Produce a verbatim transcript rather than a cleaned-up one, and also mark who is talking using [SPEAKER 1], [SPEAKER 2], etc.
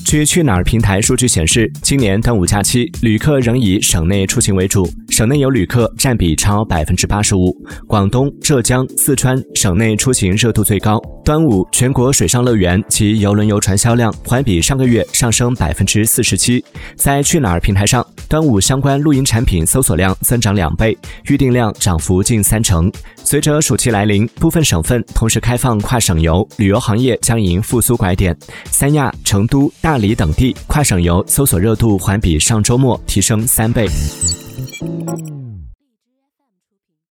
[SPEAKER 1] 据去哪儿平台数据显示，今年端午假期旅客仍以省内出行为主，省内游旅客占比超 百分之八十五， 广东、浙江、四川省内出行热度最高。端午全国水上乐园及邮轮游船销量环比上个月上升 百分之四十七。 在去哪儿平台上，端午相关露营产品搜索量增长两倍，预订量涨幅近三成。随着暑期来临，部分省份同时开放跨省游，旅游行业将迎复苏拐点。三亚、成都、大理等地跨省游搜索热度环比上周末提升三倍。